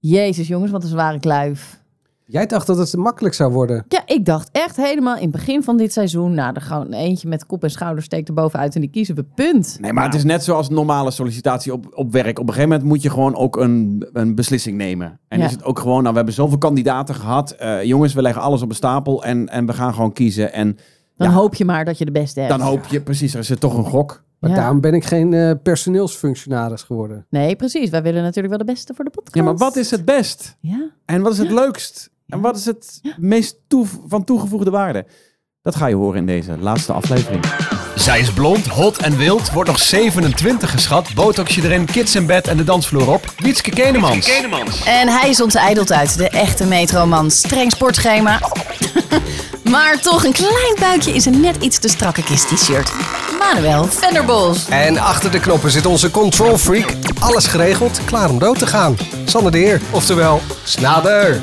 Jezus jongens, wat een zware kluif. Jij dacht dat het makkelijk zou worden. Ja, ik dacht echt helemaal in het begin van dit seizoen... er gewoon eentje met kop en schouders steekt er bovenuit en die kiezen we, punt. Nee, maar het is net zoals normale sollicitatie op werk. Op een gegeven moment moet je gewoon ook een beslissing nemen. En is het ook gewoon, we hebben zoveel kandidaten gehad. Jongens, we leggen alles op een stapel en we gaan gewoon kiezen. En dan hoop je maar dat je de beste hebt. Dan hoop je, precies, er is toch een gok. Maar daarom ben ik geen personeelsfunctionaris geworden. Nee, precies. Wij willen natuurlijk wel de beste voor de podcast. Ja, maar wat is het best? Ja. En wat is het leukst? En wat is het meest van toegevoegde waarde? Dat ga je horen in deze laatste aflevering. Zij is blond, hot en wild, wordt nog 27 geschat, botoxje erin, kids in bed en de dansvloer op. Wietske Kenemans. En hij is onze ijdeltuit, de echte metroman. Streng sportschema. Maar toch een klein buikje is een net iets te strakke kist t-shirt. Manuel Venderbos. En achter de knoppen zit onze control freak. Alles geregeld, klaar om dood te gaan. Sander de Heer, oftewel Snader.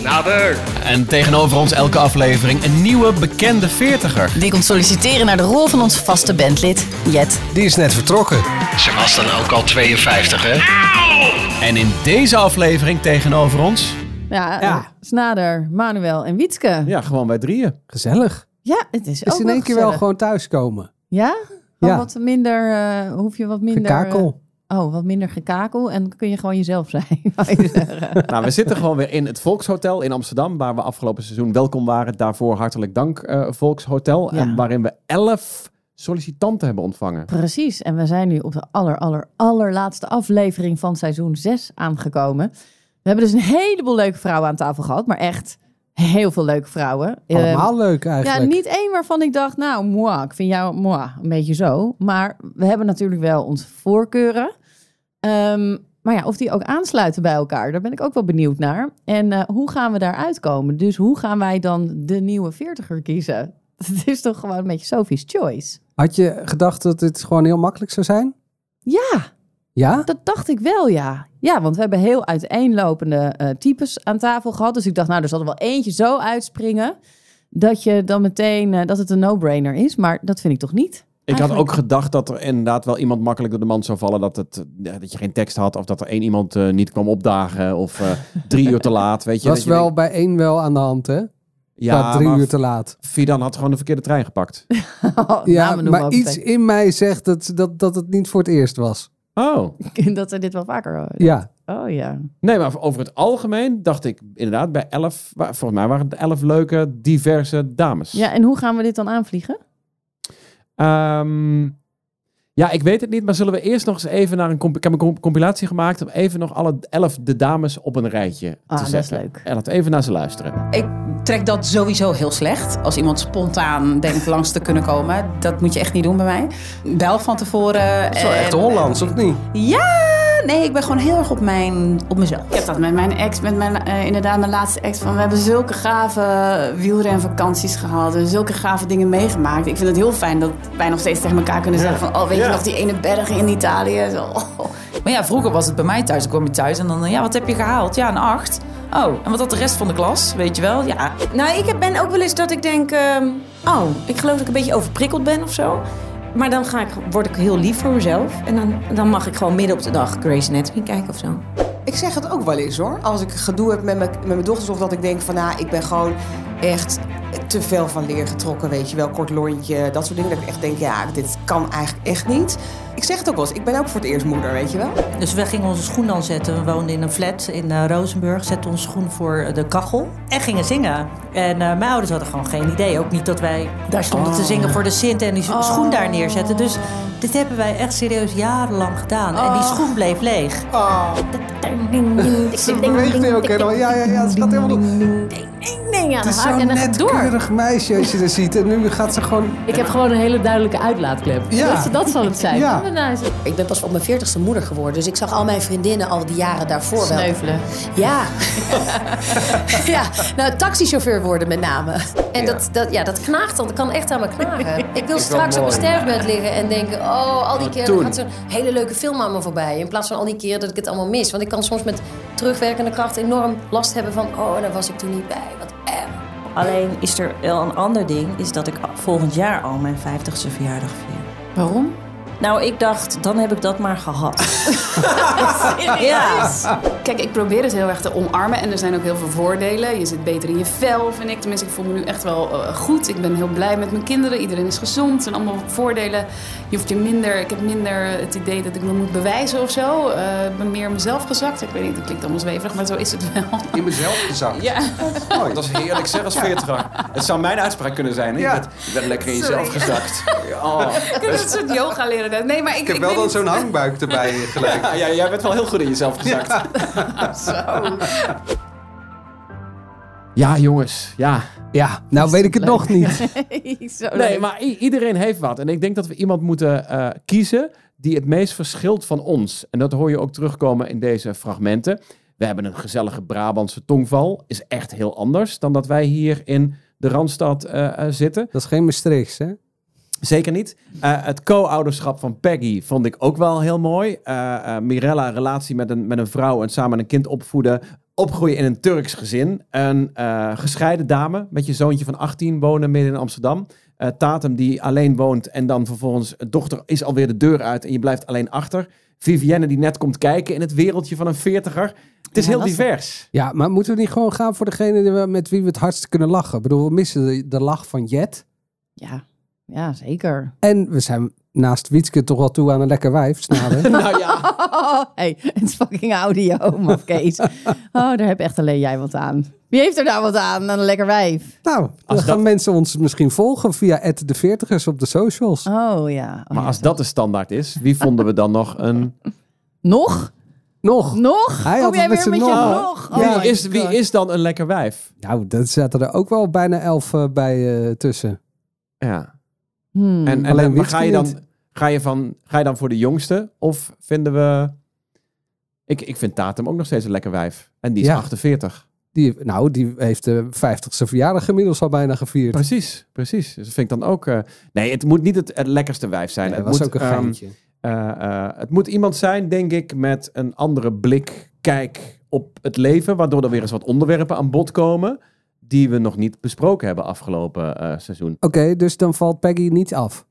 En tegenover ons elke aflevering een nieuwe bekende 40er. Die komt solliciteren naar de rol van ons vaste bandlid, Jet. Die is net vertrokken. Ze was dan ook al 52, hè? En in deze aflevering tegenover ons... Ja. Snader, Manuel en Wietske. Ja, gewoon wij drieën. Gezellig. Ja, het is ook Dus in één keer gezellig. wel gewoon thuiskomen. Ja? Wat minder, hoef je wat minder... Gekakel. Wat minder gekakel en kun je gewoon jezelf zijn. Nou, we zitten gewoon weer in het Volkshotel in Amsterdam, waar we afgelopen seizoen welkom waren. Daarvoor hartelijk dank, Volkshotel. Ja. En waarin we 11 sollicitanten hebben ontvangen. Precies, en we zijn nu op de allerlaatste aflevering van seizoen 6 aangekomen. We hebben dus een heleboel leuke vrouwen aan tafel gehad, maar echt heel veel leuke vrouwen. Allemaal leuk eigenlijk. Ja, niet één waarvan ik dacht, ik vind jou een beetje zo. Maar we hebben natuurlijk wel onze voorkeuren. Maar ja, of die ook aansluiten bij elkaar, daar ben ik ook wel benieuwd naar. En hoe gaan we daar uitkomen? Dus hoe gaan wij dan de nieuwe 40er kiezen? Het is toch gewoon een beetje Sophie's Choice. Had je gedacht dat dit gewoon heel makkelijk zou zijn? Ja, dat dacht ik wel, ja. Ja, want we hebben heel uiteenlopende types aan tafel gehad. Dus ik dacht, er zal er wel eentje zo uitspringen dat je dan meteen dat het een no-brainer is. Maar dat vind ik toch niet? Ik had ook gedacht dat er inderdaad wel iemand makkelijk door de mand zou vallen. Dat je geen tekst had of dat er één iemand niet kwam opdagen of 3 uur te laat. Weet je, was wel bij één wel aan de hand, hè? Ja, 3 uur te laat. Fidan had gewoon de verkeerde trein gepakt. Maar iets in mij zegt dat het niet voor het eerst was. Oh. Dat ze dit wel vaker horen. Ja. Oh ja. Nee, maar over het algemeen dacht ik inderdaad bij 11... Volgens mij waren het 11 leuke, diverse dames. Ja, en hoe gaan we dit dan aanvliegen? Ja, ik weet het niet, maar zullen we eerst nog eens even naar ik heb een compilatie gemaakt om even nog alle 11 de dames op een rijtje te zetten. Dat is leuk. En laten we even naar ze luisteren. Ik trek dat sowieso heel slecht. Als iemand spontaan denkt langs te kunnen komen. Dat moet je echt niet doen bij mij. Bel van tevoren. Dat is wel echt Hollands, of niet? Ja, nee, ik ben gewoon heel erg op mezelf. Ik heb dat met mijn ex, inderdaad mijn laatste ex. We hebben zulke gave wielrenvakanties gehad. En zulke gave dingen meegemaakt. Ik vind het heel fijn dat wij nog steeds tegen elkaar kunnen zeggen van... weet je nog die ene berg in Italië? Zo. Maar ja, vroeger was het bij mij thuis. Dan kwam je thuis en dan, wat heb je gehaald? Ja, een 8. Oh, en wat had de rest van de klas? Weet je wel? Ja. Nou, ik ben ook wel eens dat ik denk... ik geloof dat ik een beetje overprikkeld ben of zo. Maar dan word ik heel lief voor mezelf. En dan mag ik gewoon midden op de dag Grey's Anatomy kijken of zo. Ik zeg het ook wel eens hoor. Als ik gedoe heb met mijn dochters of dat ik denk van... ik ben gewoon echt te veel van leer getrokken, weet je wel. Kort lontje, dat soort dingen. Dat ik echt denk, dit kan eigenlijk echt niet. Ik zeg het ook wel eens, ik ben ook voor het eerst moeder, weet je wel. Dus we gingen onze schoen dan zetten. We woonden in een flat in Rozenburg. Zetten onze schoen voor de kachel. En gingen zingen. En mijn ouders hadden gewoon geen idee. Ook niet dat wij daar stonden te zingen voor de Sint en die schoen daar neerzetten. Dus dit hebben wij echt serieus jarenlang gedaan. En die schoen bleef leeg. Ze beweegt nu ook helemaal. Ja, het gaat helemaal door. Ja, het is zo'n net keurig meisje als je er ziet. En nu gaat ze gewoon... Ik heb gewoon een hele duidelijke uitlaatklep. Ja. Dat zal het zijn. Ja. Ik ben pas op mijn 40ste moeder geworden. Dus ik zag al mijn vriendinnen al die jaren daarvoor sneuvelen. Ja. Taxichauffeur worden met name. En dat knaagt dan. Dat kan echt aan me knagen. Ik wil straks op mijn sterfbed liggen en denken... al die keer gaat zo'n hele leuke film aan me voorbij. In plaats van al die keer dat ik het allemaal mis. Want ik kan soms met terugwerkende kracht enorm last hebben van... daar was ik toen niet bij. Wat erg. Alleen is er wel een ander ding... is dat ik volgend jaar al mijn 50ste verjaardag vier. Waarom? Nou, ik dacht, dan heb ik dat maar gehad. Ja. Kijk, ik probeer het heel erg te omarmen. En er zijn ook heel veel voordelen. Je zit beter in je vel, vind ik. Tenminste, ik voel me nu echt wel goed. Ik ben heel blij met mijn kinderen. Iedereen is gezond. Het zijn allemaal voordelen. Ik heb minder het idee dat ik me moet bewijzen of zo. Ik ben meer mezelf gezakt. Ik weet niet, dat klinkt allemaal zweverig, maar zo is het wel. In mezelf gezakt? Ja. Oh, dat is heerlijk zeg als 40er. Het zou mijn uitspraak kunnen zijn. Hè? Ja. Je bent lekker in jezelf gezakt. Oh. Ik heb een soort yoga leren. Nee, maar ik heb wel dan zo'n hangbuik erbij gelijk. Ja, jij bent wel heel goed in jezelf gezakt. Ja. Zo. Ja, jongens. Ja, nou weet ik het nog niet. Nee, maar iedereen heeft wat. En ik denk dat we iemand moeten kiezen die het meest verschilt van ons. En dat hoor je ook terugkomen in deze fragmenten. We hebben een gezellige Brabantse tongval. Is echt heel anders dan dat wij hier in de Randstad zitten. Dat is geen Maastrichts, hè? Zeker niet. Het co-ouderschap van Peggy vond ik ook wel heel mooi. Mirella, relatie met een vrouw en samen een kind opvoeden. Opgroeien in een Turks gezin. Een gescheiden dame met je zoontje van 18 wonen midden in Amsterdam. Tatum die alleen woont en dan vervolgens dochter is alweer de deur uit en je blijft alleen achter. Vivienne die net komt kijken in het wereldje van een 40er. Het is heel divers. Ja, maar moeten we niet gewoon gaan voor degene met wie we het hardst kunnen lachen? Ik bedoel, we missen de lach van Jet. Ja, zeker. En we zijn naast Wietske toch wel toe aan een lekker wijf, Snader. Nou ja. Hey, het is fucking audio, mafkees. Daar heb echt alleen jij wat aan. Wie heeft er nou wat aan een lekker wijf? Nou, dan gaan mensen ons misschien volgen via @de40ers op de socials. Oh ja. Maar als dat de standaard is, wie vonden we dan nog een... Nog? Hij Kom jij weer met je nog? Oh, wie is dan een lekker wijf? Nou, dat zaten er ook wel bijna 11 bij tussen. Ja. Alleen maar ga je dan voor de jongste? Of vinden we... Ik vind Tatum ook nog steeds een lekker wijf. En die is 48. Die heeft de 50ste verjaardag inmiddels al bijna gevierd. Precies. Dus dat vind ik dan ook... Nee, het moet niet het lekkerste wijf zijn. Nee, het was moet ook een geintje. Het moet iemand zijn, denk ik, met een andere kijk op het leven. Waardoor er weer eens wat onderwerpen aan bod komen die we nog niet besproken hebben afgelopen seizoen. Oké, dus dan valt Peggy niet af.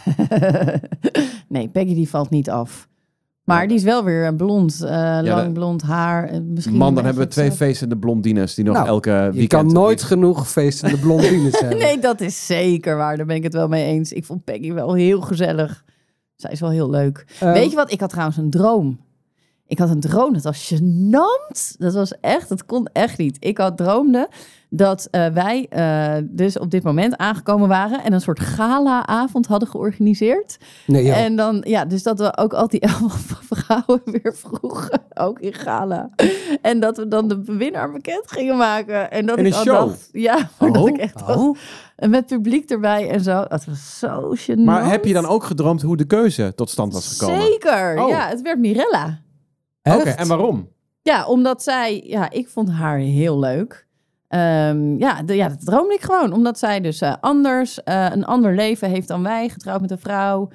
Nee, Peggy die valt niet af. Maar die is wel weer blond, lang blond haar. Misschien dan hebben we 2 feestende blondines die nog elke weekend... Je kan nooit genoeg feestende blondines hebben. Nee, dat is zeker waar. Daar ben ik het wel mee eens. Ik vond Peggy wel heel gezellig. Zij is wel heel leuk. Weet je wat? Ik had trouwens een droom. Dat was gênant. Dat kon echt niet. Ik droomde dat wij dus op dit moment aangekomen waren en een soort gala-avond hadden georganiseerd. Nee, joh. En dan, dus dat we ook al die 11 vrouwen weer vroegen, ook in gala. En dat we dan de winnaar bekend gingen maken. En dat in ik een show? Dacht, dat ik echt was. En met publiek erbij en zo. Dat was zo gênant. Maar heb je dan ook gedroomd hoe de keuze tot stand was gekomen? Zeker. Ja, het werd Mirella. Oké, en waarom? Ja, omdat zij... ik vond haar heel leuk. Dat droomde ik gewoon. Omdat zij dus een ander leven heeft dan wij. Getrouwd met een vrouw.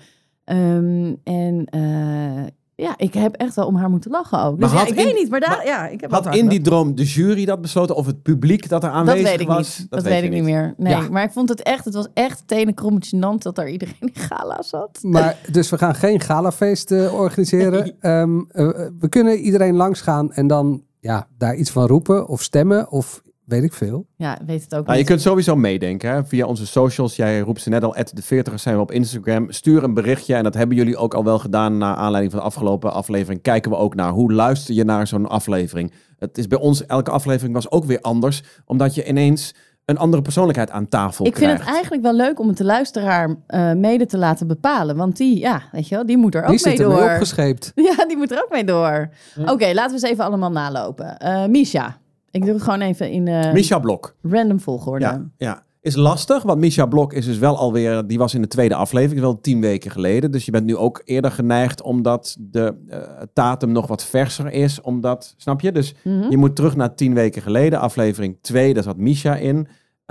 Ik heb echt wel om haar moeten lachen ook. Dus ik weet niet, maar ik heb had in die droom de jury dat besloten? Of het publiek dat er aanwezig was? Dat weet ik niet meer. Nee, maar ik vond het was echt tenenkrommend gênant dat daar iedereen in gala zat. Maar dus we gaan geen galafeest organiseren. Nee. We kunnen iedereen langs gaan en dan daar iets van roepen of stemmen of... Weet ik veel. Ja, weet het ook niet. Je kunt sowieso meedenken hè? Via onze socials. Jij roept ze net al, @de40ers zijn we op Instagram. Stuur een berichtje en dat hebben jullie ook al wel gedaan naar aanleiding van de afgelopen aflevering. Kijken we ook naar hoe luister je naar zo'n aflevering. Het is bij ons, elke aflevering was ook weer anders. Omdat je ineens een andere persoonlijkheid aan tafel krijgt. Ik vind het eigenlijk wel leuk om het de luisteraar mede te laten bepalen. Want die moet er ook mee door. Die zit ermee opgescheept. Ja, die moet er ook mee door. Ja. Oké, laten we eens even allemaal nalopen. Misha. Ik doe het gewoon even in Misha Blok. Random volgorde. Ja. Is lastig, want Misha Blok is dus wel alweer... Die was in de 2e aflevering, wel 10 weken geleden. Dus je bent nu ook eerder geneigd omdat de Tatum nog wat verser is. Omdat, snap je? Dus je moet terug naar 10 weken geleden. Aflevering 2, daar zat Misha in.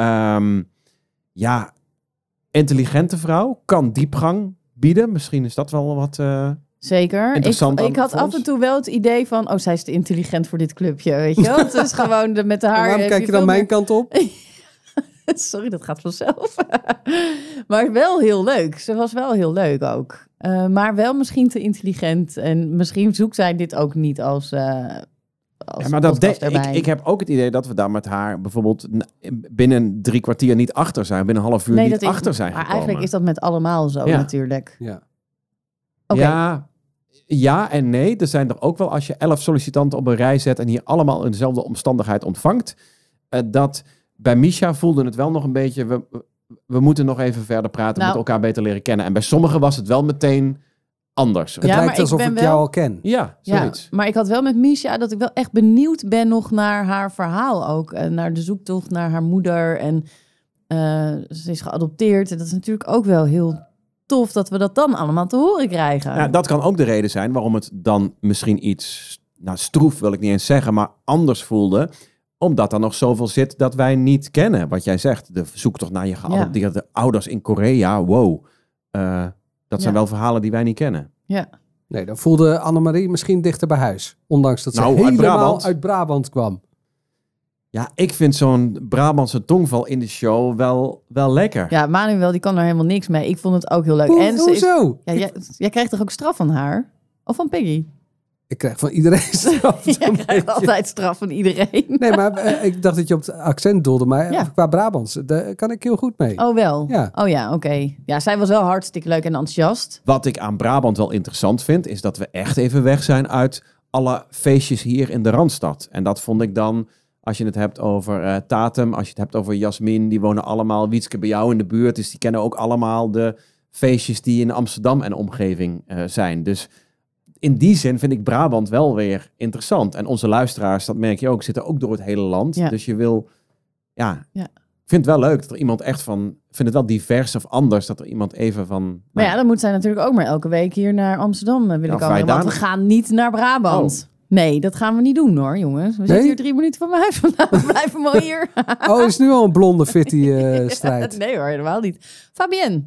Intelligente vrouw. Kan diepgang bieden. Misschien is dat wel wat... Zeker. Ik had af en toe wel het idee van... zij is te intelligent voor dit clubje, weet je wel? Het is gewoon met haar... Waarom kijk je dan mijn kant op? Sorry, dat gaat vanzelf. Maar wel heel leuk. Ze was wel heel leuk ook. Maar wel misschien te intelligent. En misschien zoekt zij dit ook niet als maar erbij. ik heb ook het idee dat we daar met haar bijvoorbeeld binnen 3 kwartier niet achter zijn. Binnen een half uur niet achter zijn Maar gekomen. eigenlijk is dat met allemaal zo natuurlijk. Ja. Okay. Ja en nee. Er zijn er ook wel, als je 11 sollicitanten op een rij zet en hier allemaal in dezelfde omstandigheid ontvangt, dat bij Misha voelde het wel nog een beetje, we moeten nog even verder praten, met elkaar beter leren kennen. En bij sommigen was het wel meteen anders. Het lijkt alsof ik jou al ken. Ja, zoiets. Maar ik had wel met Misha dat ik wel echt benieuwd ben nog naar haar verhaal ook. En naar de zoektocht naar haar moeder. En ze is geadopteerd. En dat is natuurlijk ook wel heel tof dat we dat dan allemaal te horen krijgen. Ja, dat kan ook de reden zijn waarom het dan misschien iets, stroef wil ik niet eens zeggen, maar anders voelde. Omdat er nog zoveel zit dat wij niet kennen. Wat jij zegt, de zoektocht naar je geadopteerde ouders in Korea. Wow. Dat zijn wel verhalen die wij niet kennen. Ja. Nee, dan voelde Annemarie misschien dichter bij huis. Ondanks dat ze helemaal uit Brabant kwam. Ja, ik vind zo'n Brabantse tongval in de show wel lekker. Ja, Manuel die kan er helemaal niks mee. Ik vond het ook heel leuk. Hoezo? Jij krijgt toch ook straf van haar? Of van Peggy? Ik krijg van iedereen straf. Jij krijgt altijd straf van iedereen. Nee, maar ik dacht dat je op het accent doelde. Maar qua Brabants, daar kan ik heel goed mee. Oh wel? Ja. Oh ja, oké. Ja, zij was wel hartstikke leuk en enthousiast. Wat ik aan Brabant wel interessant vind, is dat we echt even weg zijn uit alle feestjes hier in de Randstad. En dat vond ik dan, als je het hebt over Tatum, als je het hebt over Jasmin, die wonen allemaal, Wietske, bij jou in de buurt. Dus die kennen ook allemaal de feestjes die in Amsterdam en omgeving zijn. Dus in die zin vind ik Brabant wel weer interessant. En onze luisteraars, dat merk je ook, zitten ook door het hele land. Ja. Dus je wil, ik vind het wel leuk dat er iemand echt van, ik vind het wel divers of anders, dat er iemand even van. Maar ja, dan moet zij natuurlijk ook maar elke week hier naar Amsterdam willen komen. Want we gaan niet naar Brabant. Oh. Nee, dat gaan we niet doen hoor, jongens. We zitten hier 3 minuten van mijn huis vandaan. We blijven mooi hier. Is nu al een blonde fitty strijd? Nee hoor, helemaal niet. Fabienne.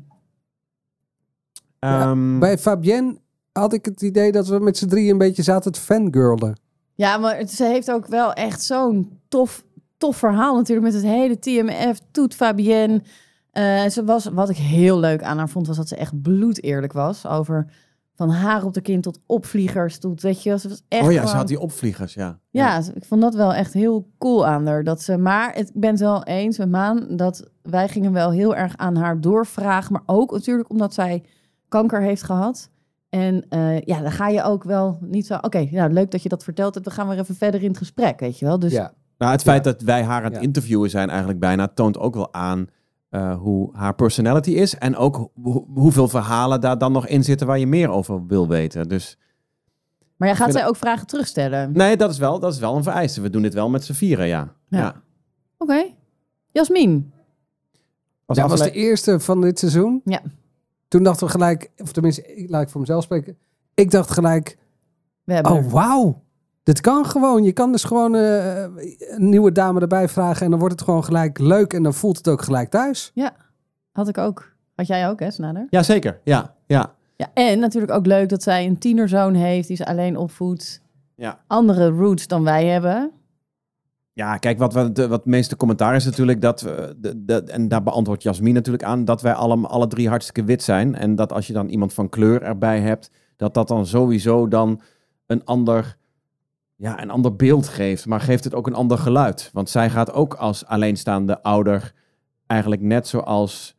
Bij Fabienne had ik het idee dat we met z'n drieën een beetje zaten te fangirlen. Ja, maar ze heeft ook wel echt zo'n tof verhaal natuurlijk met het hele TMF. Toet Fabienne. Wat ik heel leuk aan haar vond, was dat ze echt bloedeerlijk was. Over van haar op de kin tot opvliegers. Weet je, ze was echt ze had die opvliegers, ja. Ja, ik vond dat wel echt heel cool aan haar. Maar ik ben het wel eens met Maan dat wij gingen wel heel erg aan haar doorvragen. Maar ook natuurlijk omdat zij kanker heeft gehad. En dan ga je ook wel niet zo. Oké, leuk dat je dat vertelt hebt. Dan gaan we even verder in het gesprek, weet je wel. Dus ja. Nou, het feit dat wij haar aan het interviewen zijn eigenlijk bijna, toont ook wel aan hoe haar personality is. En ook hoeveel verhalen daar dan nog in zitten waar je meer over wil weten. Dus, maar gaat zij ook vragen terugstellen? Nee, dat is wel een vereiste. We doen dit wel met z'n vieren, ja. Oké. Jasmin. Dat was de eerste van dit seizoen. Ja. Toen dachten we gelijk, of tenminste, laat ik voor mezelf spreken. Ik dacht gelijk, wauw, dit kan gewoon. Je kan dus gewoon een nieuwe dame erbij vragen en dan wordt het gewoon gelijk leuk en dan voelt het ook gelijk thuis. Ja, had ik ook. Had jij ook, hè, Snader? Ja, zeker. Ja. Ja, en natuurlijk ook leuk dat zij een tienerzoon heeft die ze alleen opvoedt. Ja. Andere roots dan wij hebben. Ja, kijk, wat meeste commentaar is natuurlijk dat en daar beantwoordt Jasmin natuurlijk aan, dat wij alle 3 hartstikke wit zijn. En dat als je dan iemand van kleur erbij hebt, dat dan sowieso dan een ander beeld geeft. Maar geeft het ook een ander geluid. Want zij gaat ook als alleenstaande ouder eigenlijk net zoals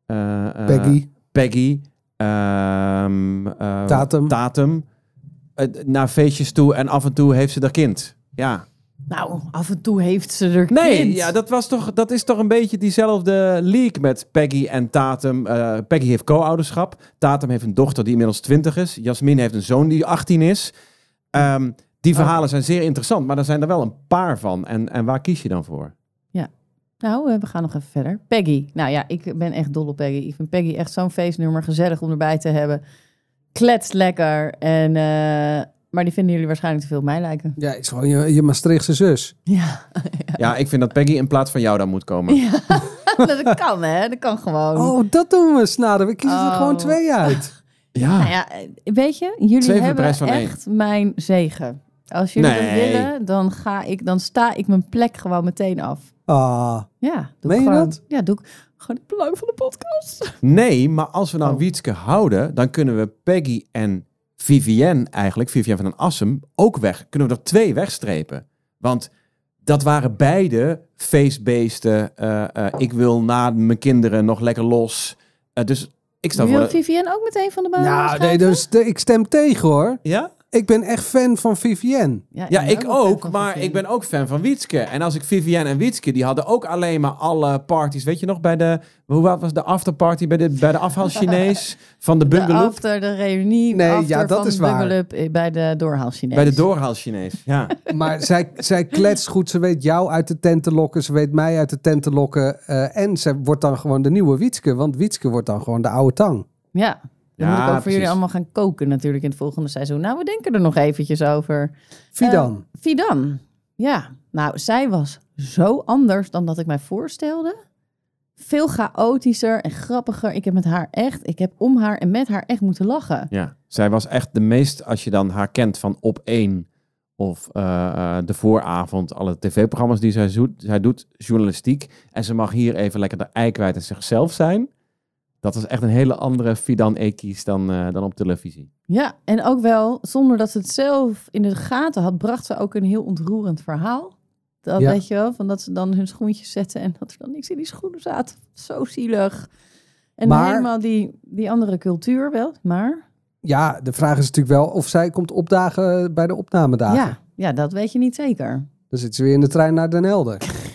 Peggy Tatum naar feestjes toe en af en toe heeft ze haar kind. Ja. Nou, af en toe heeft ze er kind. Nee, ja, dat is toch een beetje diezelfde leak met Peggy en Tatum. Peggy heeft co-ouderschap. Tatum heeft een dochter die inmiddels 20 is. Jasmin heeft een zoon die 18 is. Die verhalen zijn zeer interessant, maar er zijn er wel een paar van. En waar kies je dan voor? Ja. Nou, we gaan nog even verder. Peggy. Nou ja, ik ben echt dol op Peggy. Ik vind Peggy echt zo'n feestnummer. Gezellig om erbij te hebben. Klets lekker. Maar die vinden jullie waarschijnlijk te veel op mij lijken. Ja, is gewoon je Maastrichtse zus. Ja, ik vind dat Peggy in plaats van jou dan moet komen. Ja, dat kan hè. Dat kan gewoon. Oh, dat doen we, Snader. We kiezen er gewoon 2 uit. Ja. Nou ja, weet je, jullie hebben echt mijn zegen. Als jullie dat willen, dan sta ik mijn plek gewoon meteen af. Ja, meen je dat? Ja, doe ik gewoon het belang van de podcast. Nee, maar als we nou Wietske houden, dan kunnen we Peggy en Vivienne van den Assem, ook weg. Kunnen we er 2 wegstrepen. Want dat waren beide feestbeesten. Ik wil na mijn kinderen nog lekker los. Dus ik stel wil Vivienne ook meteen van de baan Nou, dus ik stem tegen, hoor. Ja? Ik ben echt fan van Vivienne. Ja, ik ook, maar ik ben ook fan van Wietske. En als ik Vivienne en Wietske, die hadden ook alleen maar alle parties. Weet je nog, hoe was de afterparty bij de afhaal-Chinees van de Bungaloo? De reunie, dat is waar. Bij de doorhaal-Chinees. Bij de doorhaal-Chinees, ja. Maar zij kletst goed, ze weet jou uit de tent te lokken, ze weet mij uit de tent te lokken. En ze wordt dan gewoon de nieuwe Wietske, want Wietske wordt dan gewoon de oude tang. Ja. Dan moet ik ook voor jullie allemaal gaan koken natuurlijk in het volgende seizoen. Nou, we denken er nog eventjes over. Fidan. Ja, nou, zij was zo anders dan dat ik mij voorstelde. Veel chaotischer en grappiger. Ik heb om haar en met haar echt moeten lachen. Ja, zij was echt de meest, als je dan haar kent van Op 1 of de vooravond, alle tv-programma's die zij doet, journalistiek. En ze mag hier even lekker de ei kwijt en zichzelf zijn. Dat was echt een hele andere Fidan Ekies dan op televisie. Ja, en ook wel, zonder dat ze het zelf in de gaten had, bracht ze ook een heel ontroerend verhaal. Dat weet je wel, van dat ze dan hun schoentjes zetten en dat er dan niks in die schoenen zaten. Zo zielig. En helemaal die andere cultuur wel, maar... Ja, de vraag is natuurlijk wel of zij komt opdagen bij de opnamedagen. Ja, dat weet je niet zeker. Dan zit ze weer in de trein naar Den Helder.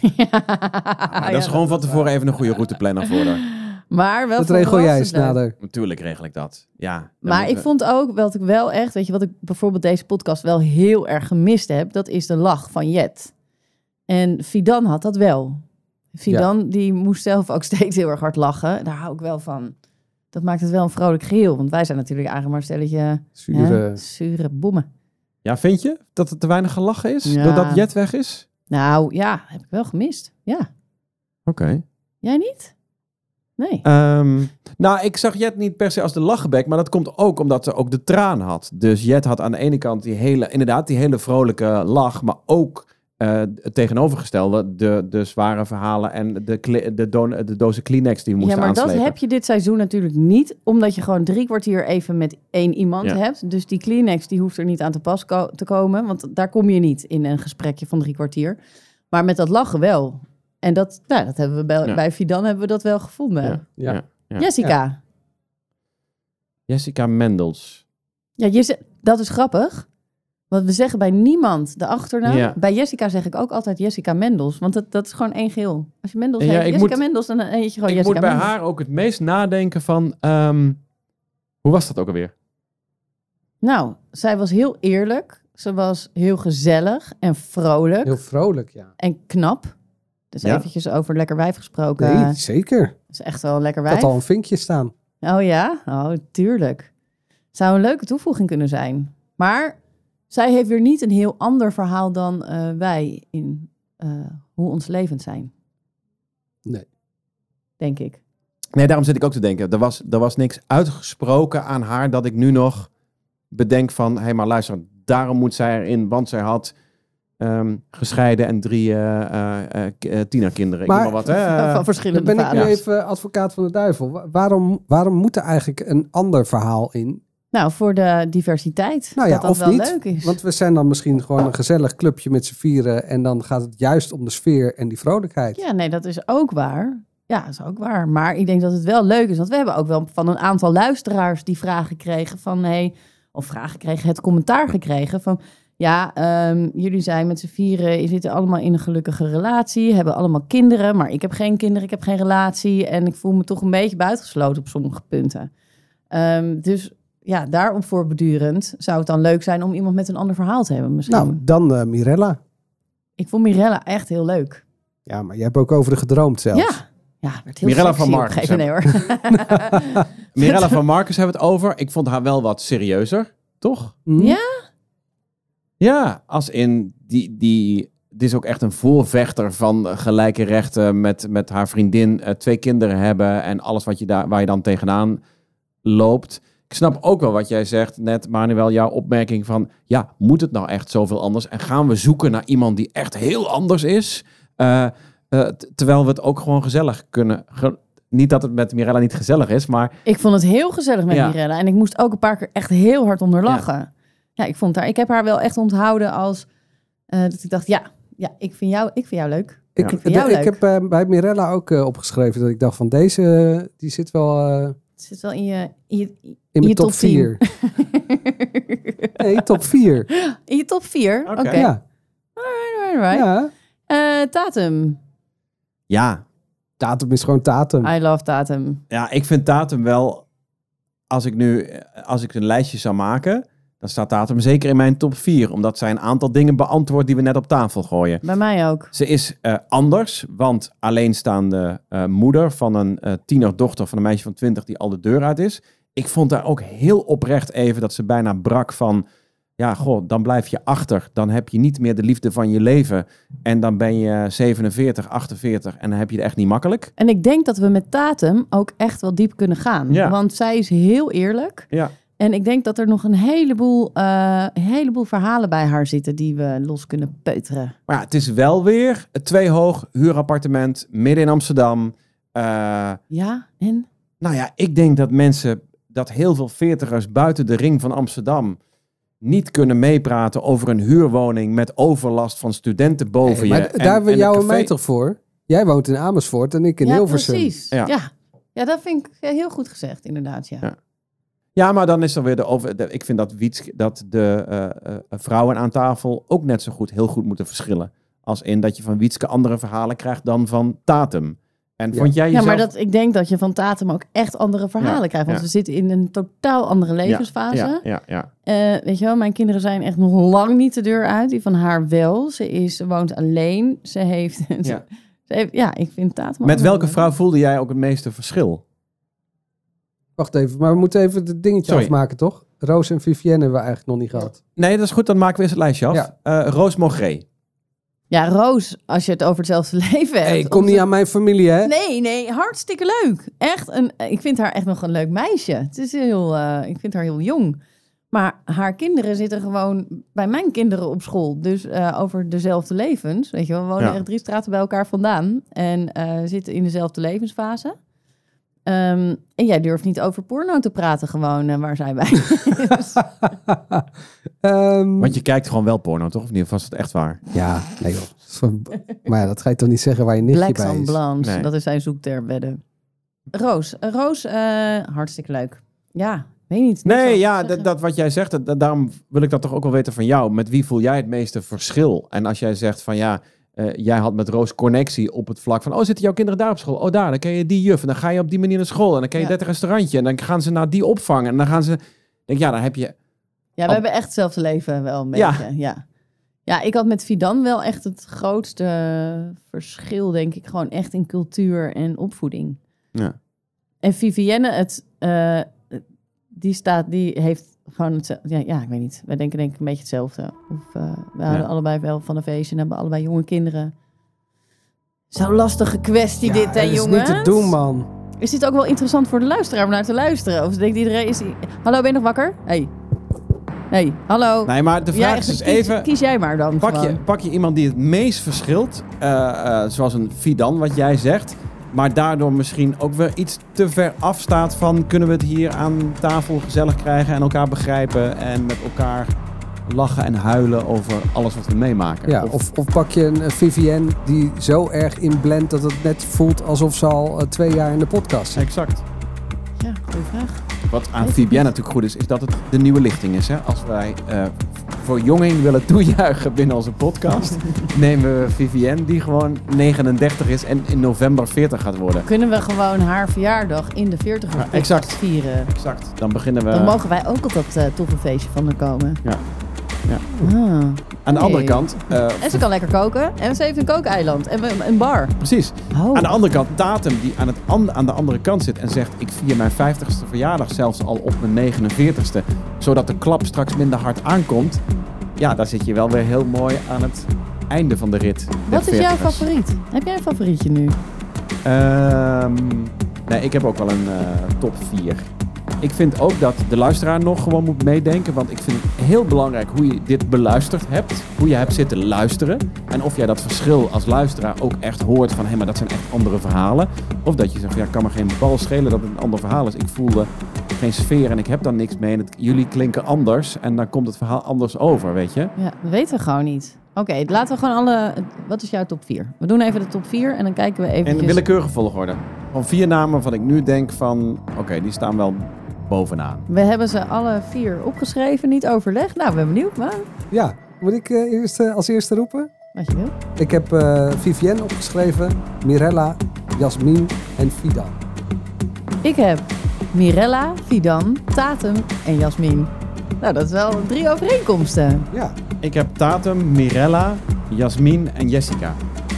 Dat is gewoon van tevoren even een goede routeplanner voor haar. Maar wel dat regel jij eens nader. Natuurlijk regel ik dat. Ja. Maar ik vond ook, wat ik wel echt, weet je, wat ik bijvoorbeeld deze podcast wel heel erg gemist heb, dat is de lach van Jet. En Fidan had dat wel. Fidan, die moest zelf ook steeds heel erg hard lachen. Daar hou ik wel van. Dat maakt het wel een vrolijk geheel. Want wij zijn natuurlijk eigenlijk maar een stelletje zure bommen. Ja, vind je dat het te weinig gelachen is? Doordat Jet weg is? Nou ja, heb ik wel gemist. Ja. Oké. Jij niet? Nee. Nou, ik zag Jet niet per se als de lachenbek, maar dat komt ook omdat ze ook de traan had. Dus Jet had aan de ene kant die hele vrolijke lach, maar ook het tegenovergestelde, de zware verhalen en de dozen Kleenex die we moesten aanslepen. Ja, maar dat heb je dit seizoen natuurlijk niet, omdat je gewoon 3 kwartier even met 1 iemand hebt. Dus die Kleenex die hoeft er niet aan te pas te komen, want daar kom je niet in een gesprekje van 3 kwartier. Maar met dat lachen wel. En dat hebben we bij Fidan hebben we dat wel gevonden. Ja. Jessica. Jessica Mendels. Ja, dat is grappig. Want we zeggen bij niemand de achternaam. Ja. Bij Jessica zeg ik ook altijd Jessica Mendels. Want dat is gewoon één geheel. Als je Mendels heet, Jessica Mendels, dan heet je gewoon Jessica Mendels. Ik moet bij haar ook het meest nadenken van... hoe was dat ook alweer? Nou, zij was heel eerlijk. Ze was heel gezellig en vrolijk. Heel vrolijk, ja. En knap. Dus eventjes over lekker wijf gesproken. Nee, zeker. Dat is echt wel een lekker wijf. Dat had al een vinkje staan. Oh ja? Oh, tuurlijk. Zou een leuke toevoeging kunnen zijn. Maar zij heeft weer niet een heel ander verhaal dan wij in hoe ons levens zijn. Nee. Denk ik. Nee, daarom zit ik ook te denken. Er was niks uitgesproken aan haar dat ik nu nog bedenk van... Hé, maar luister, daarom moet zij erin, want zij had... gescheiden en 3 tienerkinderen. Maar, ik noem maar wat, van verschillende ben vaders. Ik nu even advocaat van de duivel. Waarom moet er eigenlijk een ander verhaal in? Nou, voor de diversiteit. Nou ja, dat of wel niet. Leuk is. Want we zijn dan misschien gewoon een gezellig clubje met z'n vieren en dan gaat het juist om de sfeer en die vrolijkheid. Ja, nee, dat is ook waar. Ja, dat is ook waar. Maar ik denk dat het wel leuk is. Want we hebben ook wel van een aantal luisteraars die vragen kregen van... het commentaar gekregen van... Ja, jullie zijn met z'n vieren, je zitten allemaal in een gelukkige relatie, hebben allemaal kinderen, maar ik heb geen kinderen, ik heb geen relatie en ik voel me toch een beetje buitengesloten op sommige punten. Dus ja, daarom voortbedurend zou het dan leuk zijn om iemand met een ander verhaal te hebben misschien. Nou, dan Mirella. Ik vond Mirella echt heel leuk. Ja, maar je hebt ook over de gedroomd zelfs. Ja, werd heel Mirella sexy van Marcus. Nee, hoor. Mirella van Marcus hebben we het over. Ik vond haar wel wat serieuzer, toch? Ja? Ja, als in die is ook echt een voorvechter van gelijke rechten met haar vriendin, 2 kinderen hebben en alles waar je dan tegenaan loopt. Ik snap ook wel wat jij zegt net, Manuel, jouw opmerking van... Ja, moet het nou echt zoveel anders? En gaan we zoeken naar iemand die echt heel anders is? Terwijl we het ook gewoon gezellig kunnen... Niet dat het met Mirella niet gezellig is, maar... Ik vond het heel gezellig met Mirella. En ik moest ook een paar keer echt heel hard onder lachen. Ja, ik heb haar wel echt onthouden als... dat ik dacht, ik vind jou leuk. Ik heb bij Mirella ook opgeschreven dat ik dacht van deze, die zit wel... Het zit wel in mijn top 4. Nee, top 4. In je top 4? Oké. Ja. Alright. Ja. Tatum. Ja. Tatum is gewoon Tatum. I love Tatum. Ja, ik vind Tatum wel... Als ik een lijstje zou maken... Dan staat Tatum zeker in mijn top 4. Omdat zij een aantal dingen beantwoordt die we net op tafel gooien. Bij mij ook. Ze is anders, want alleenstaande moeder van een tienerdochter van een meisje van 20 die al de deur uit is. Ik vond daar ook heel oprecht even dat ze bijna brak van... Ja, dan blijf je achter. Dan heb je niet meer de liefde van je leven. En dan ben je 47, 48 en dan heb je het echt niet makkelijk. En ik denk dat we met Tatum ook echt wel diep kunnen gaan. Ja. Want zij is heel eerlijk. Ja. En ik denk dat er nog een heleboel verhalen bij haar zitten die we los kunnen peuteren. Maar ja, het is wel weer een 2-hoog huurappartement midden in Amsterdam. Ja, en? Nou ja, ik denk dat heel veel 40ers buiten de ring van Amsterdam niet kunnen meepraten over een huurwoning met overlast van studenten boven je. Maar daar hebben we jou en mij toch voor? Jij woont in Amersfoort en ik in Hilversum. Precies. Ja, dat vind ik heel goed gezegd, inderdaad. Ja, maar dan is er weer ik vind dat de vrouwen aan tafel ook net zo heel goed moeten verschillen. Als in dat je van Wietske andere verhalen krijgt dan van Tatum. En vond jij jezelf... Ja, maar ik denk dat je van Tatum ook echt andere verhalen krijgt. Want we zitten in een totaal andere levensfase. Ja. Weet je wel, mijn kinderen zijn echt nog lang niet de deur uit. Die van haar wel. Ze woont alleen. Ze heeft... ik vind Tatum... Met welke vrouw voelde jij ook het meeste verschil? Wacht even, maar we moeten even het dingetje afmaken, toch? Roos en Vivienne hebben we eigenlijk nog niet gehad. Nee, dat is goed. Dan maken we eens het lijstje af. Roos Mogré. Ja, Roos, als je het over hetzelfde leven hebt. Hey, kom niet aan mijn familie, hè? Nee, hartstikke leuk. Ik vind haar echt nog een leuk meisje. Het is ik vind haar heel jong. Maar haar kinderen zitten gewoon bij mijn kinderen op school. Dus over dezelfde levens. Weet je wel, we wonen echt 3 straten bij elkaar vandaan. En zitten in dezelfde levensfase. En jij durft niet over porno te praten gewoon, waar zij bij is. Want je kijkt gewoon wel porno, toch? Of niet? Of was het echt waar? Ja, nee joh. Maar ja, dat ga je toch niet zeggen waar je nichtje Black bij is? Black Blanche, nee. Dat is zijn zoekterm wedden. Roos, hartstikke leuk. Ja, weet niet. Nee, ja, dat wat jij zegt, daarom wil ik dat toch ook wel weten van jou. Met wie voel jij het meeste verschil? En als jij zegt van ja... jij had met Roos connectie op het vlak van... zitten jouw kinderen daar op school? Oh, daar, dan ken je die juf. En dan ga je op die manier naar school. En dan ken je dat restaurantje. En dan gaan ze naar die opvang. En dan gaan ze... dan heb je... Ja, we hebben echt hetzelfde leven wel een beetje. Ja, ik had met Fidan wel echt het grootste verschil, denk ik. Gewoon echt in cultuur en opvoeding. Ja. En Vivienne, die heeft... Gewoon hetzelfde. Ja, ik weet niet. Wij denken denk ik een beetje hetzelfde. Of we houden allebei wel van een feestje en hebben allebei jonge kinderen. Zo'n lastige kwestie dit, hè, jongens? Dat is niet te doen, man. Is dit ook wel interessant voor de luisteraar om naar te luisteren? Of denkt iedereen... Hallo, ben je nog wakker? Hey, hallo. Nee, maar de vraag is dus even... Kies jij maar dan. Pak je iemand die het meest verschilt, zoals een Fidan, wat jij zegt... maar daardoor misschien ook weer iets te ver afstaat van... kunnen we het hier aan tafel gezellig krijgen en elkaar begrijpen... en met elkaar lachen en huilen over alles wat we meemaken. Ja, of pak je een Vivienne die zo erg inblendt... dat het net voelt alsof ze al 2 jaar in de podcast zit. Exact. Ja, goede vraag. Wat aan Vivienne natuurlijk goed is dat het de nieuwe lichting is. Hè? Als wij voor jonging willen toejuichen binnen onze podcast... nemen we Vivienne die gewoon 39 is en in november 40 gaat worden. Kunnen we gewoon haar verjaardag in de 40er vieren? Exact. Dan beginnen we... Dan mogen wij ook op dat toffe feestje van haar komen. Ja. Aan de andere kant... en ze kan lekker koken. En ze heeft een kookeiland. En een bar. Precies. Aan de andere kant, Tatum die aan de andere kant zit en zegt... ik vier mijn 50ste verjaardag zelfs al op mijn 49ste. Zodat de klap straks minder hard aankomt. Ja, daar zit je wel weer heel mooi aan het einde van de rit. Wat is jouw favoriet? Heb jij een favorietje nu? Nee, ik heb ook wel een top 4. ik vind ook dat de luisteraar nog gewoon moet meedenken. Want ik vind het heel belangrijk hoe je dit beluisterd hebt. Hoe je hebt zitten luisteren. En of jij dat verschil als luisteraar ook echt hoort van... hé, maar dat zijn echt andere verhalen. Of dat je zegt, ja, kan me geen bal schelen dat het een ander verhaal is. Ik voelde geen sfeer en ik heb daar niks mee. En jullie klinken anders en dan komt het verhaal anders over, weet je? Ja, dat weten we gewoon niet. Oké, laten we gewoon Wat is jouw top 4? We doen even de top 4 en dan kijken we even. In een willekeurige volgorde. Van 4 namen waarvan ik nu denk van... Oké, die staan wel bovenaan. We hebben ze alle 4 opgeschreven, niet overlegd. Nou, ik ben benieuwd, maar... Ja, moet ik als eerste roepen? Wat je wil. Ik heb Vivienne opgeschreven, Mirella, Jasmin en Fidan. Ik heb Mirella, Fidan, Tatum en Jasmin. Nou, dat is wel 3 overeenkomsten. Ja. Ik heb Tatum, Mirella, Jasmin en Jessica.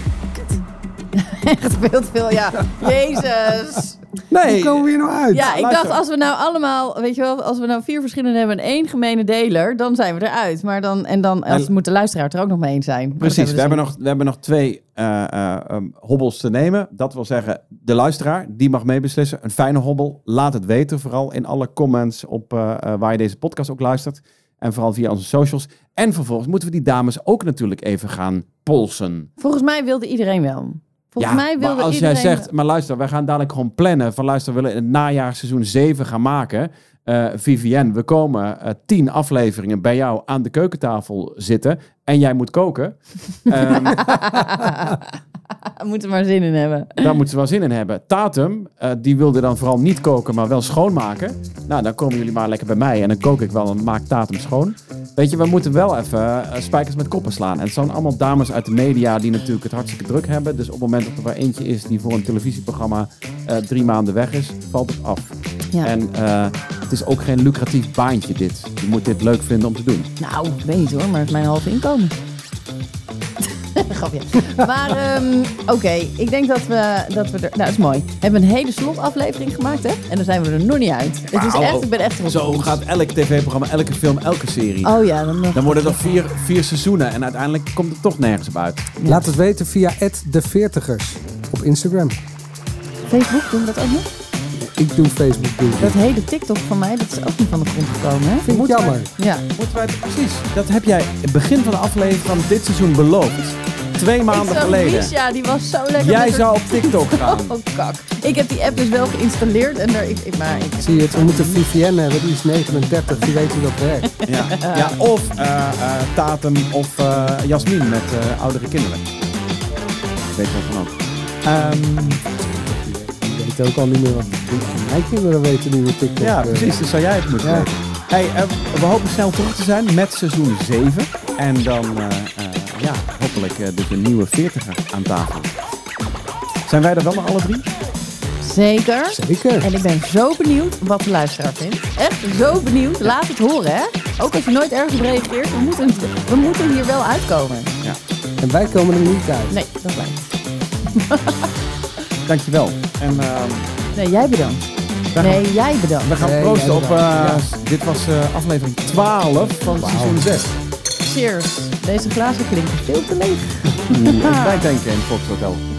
Echt veel te veel, ja. Jezus. Nee. Hoe komen we hier nou uit? Ja, ik dacht als we nou allemaal, weet je wel, als we nou 4 verschillende hebben en 1 gemene deler, dan zijn we eruit. Maar dan moet de luisteraar het er ook nog mee eens zijn. Precies, we hebben nog 2 hobbels te nemen. Dat wil zeggen, de luisteraar, die mag meebeslissen. Een fijne hobbel, laat het weten. Vooral in alle comments op waar je deze podcast ook luistert. En vooral via onze socials. En vervolgens moeten we die dames ook natuurlijk even gaan polsen. Volgens mij wilde iedereen wel. Maar als jij zegt, maar luister, wij gaan dadelijk gewoon plannen. Van luister, we willen in het najaar seizoen 7 gaan maken. Vivienne, we komen 10 afleveringen bij jou aan de keukentafel zitten. En jij moet koken. Moeten we maar zin in hebben. Daar moeten ze wel zin in hebben. Tatum, die wilde dan vooral niet koken, maar wel schoonmaken. Nou, dan komen jullie maar lekker bij mij. En dan kook ik wel en maak Tatum schoon. Weet je, we moeten wel even spijkers met koppen slaan. En het zijn allemaal dames uit de media die natuurlijk het hartstikke druk hebben. Dus op het moment dat er maar eentje is die voor een televisieprogramma 3 maanden weg is, valt het af. Ja. En het is ook geen lucratief baantje dit. Je moet dit leuk vinden om te doen. Nou, ik weet niet hoor, maar het is mijn halve inkomen. Grapje. Maar oké, ik denk dat we er... Nou, dat is mooi. We hebben een hele slotaflevering gemaakt, hè? En dan zijn we er nog niet uit. Het is echt, ik ben echt erop. Zo gaat elk tv-programma, elke film, elke serie. Oh ja. Dan worden er 4 seizoenen en uiteindelijk komt het toch nergens op uit. Ja. Laat het weten via @de40ers op Instagram. Facebook, doen we dat ook nog? Ik doe Facebook. Dat hele TikTok van mij, dat is ook niet van de grond gekomen, hè? Vind ik jammer. Moeten wij het precies? Dat heb jij in het begin van de aflevering van dit seizoen beloofd. 2 maanden geleden. Misha, die was zo lekker. Jij zou op TikTok gaan. Oh, kak. Ik heb die app dus wel geïnstalleerd en Zie je het, we moeten Vivienne hebben, die is 39, die weet hoe dat werkt. Ja, of Tatum of Jasmin met oudere kinderen. Weet je wat van ook. Je weet ook al niet meer wat mijn kinderen weten nu met TikTok. Ja, precies, dus zou jij het moeten weten. Hey, we hopen snel terug te zijn met seizoen 7. En dan hopelijk dus een nieuwe 40er aan tafel. Zijn wij er wel nog alle 3? Zeker. En ik ben zo benieuwd wat de luisteraar vindt. Echt zo benieuwd. Laat het horen, hè. Ook als je nooit ergens op reageert. We moeten hier wel uitkomen. Ja. En wij komen er niet uit. Nee, dat blijkt. Dankjewel. En, nee, jij bedankt. Jij bedankt. We gaan proosten op... Dit was aflevering 12 van seizoen 6. Cheers. Deze glazen klinken veel te leeg. Wij denken in het Fox Hotel.